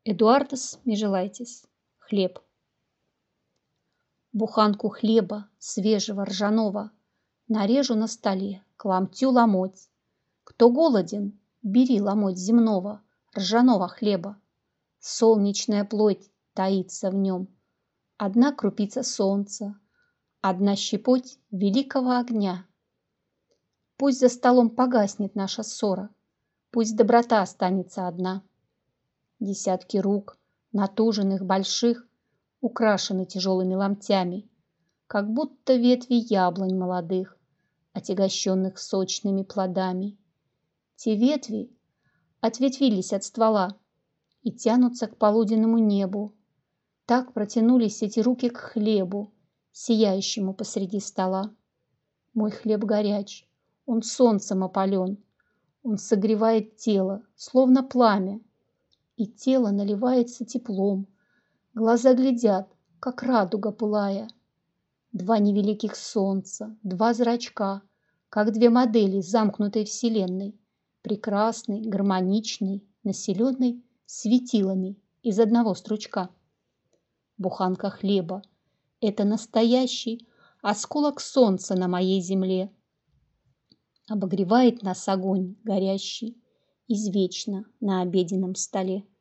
Эдуардос Межелайтис. Хлеб. Буханку хлеба свежего ржаного нарежу на столе к ломтю ломоть. Кто голоден, бери ломоть земного ржаного хлеба. Солнечная плоть таится в нем, одна крупица солнца, одна щепоть великого огня. Пусть за столом погаснет наша ссора, пусть доброта останется одна. Десятки рук, натуженных, больших, украшены тяжелыми ломтями, как будто ветви яблонь молодых, отягощенных сочными плодами. Те ветви ответвились от ствола и тянутся к полуденному небу. Так протянулись эти руки к хлебу, сияющему посреди стола. Мой хлеб горяч, он солнцем опален, он согревает тело, словно пламя, и тело наливается теплом. Глаза глядят, как радуга пылая. Два невеликих солнца, два зрачка, как две модели замкнутой вселенной, прекрасной, гармоничной, населенной светилами из одного стручка. Буханка хлеба — это настоящий осколок солнца на моей земле. Обогревает нас огонь горящий извечно на обеденном столе.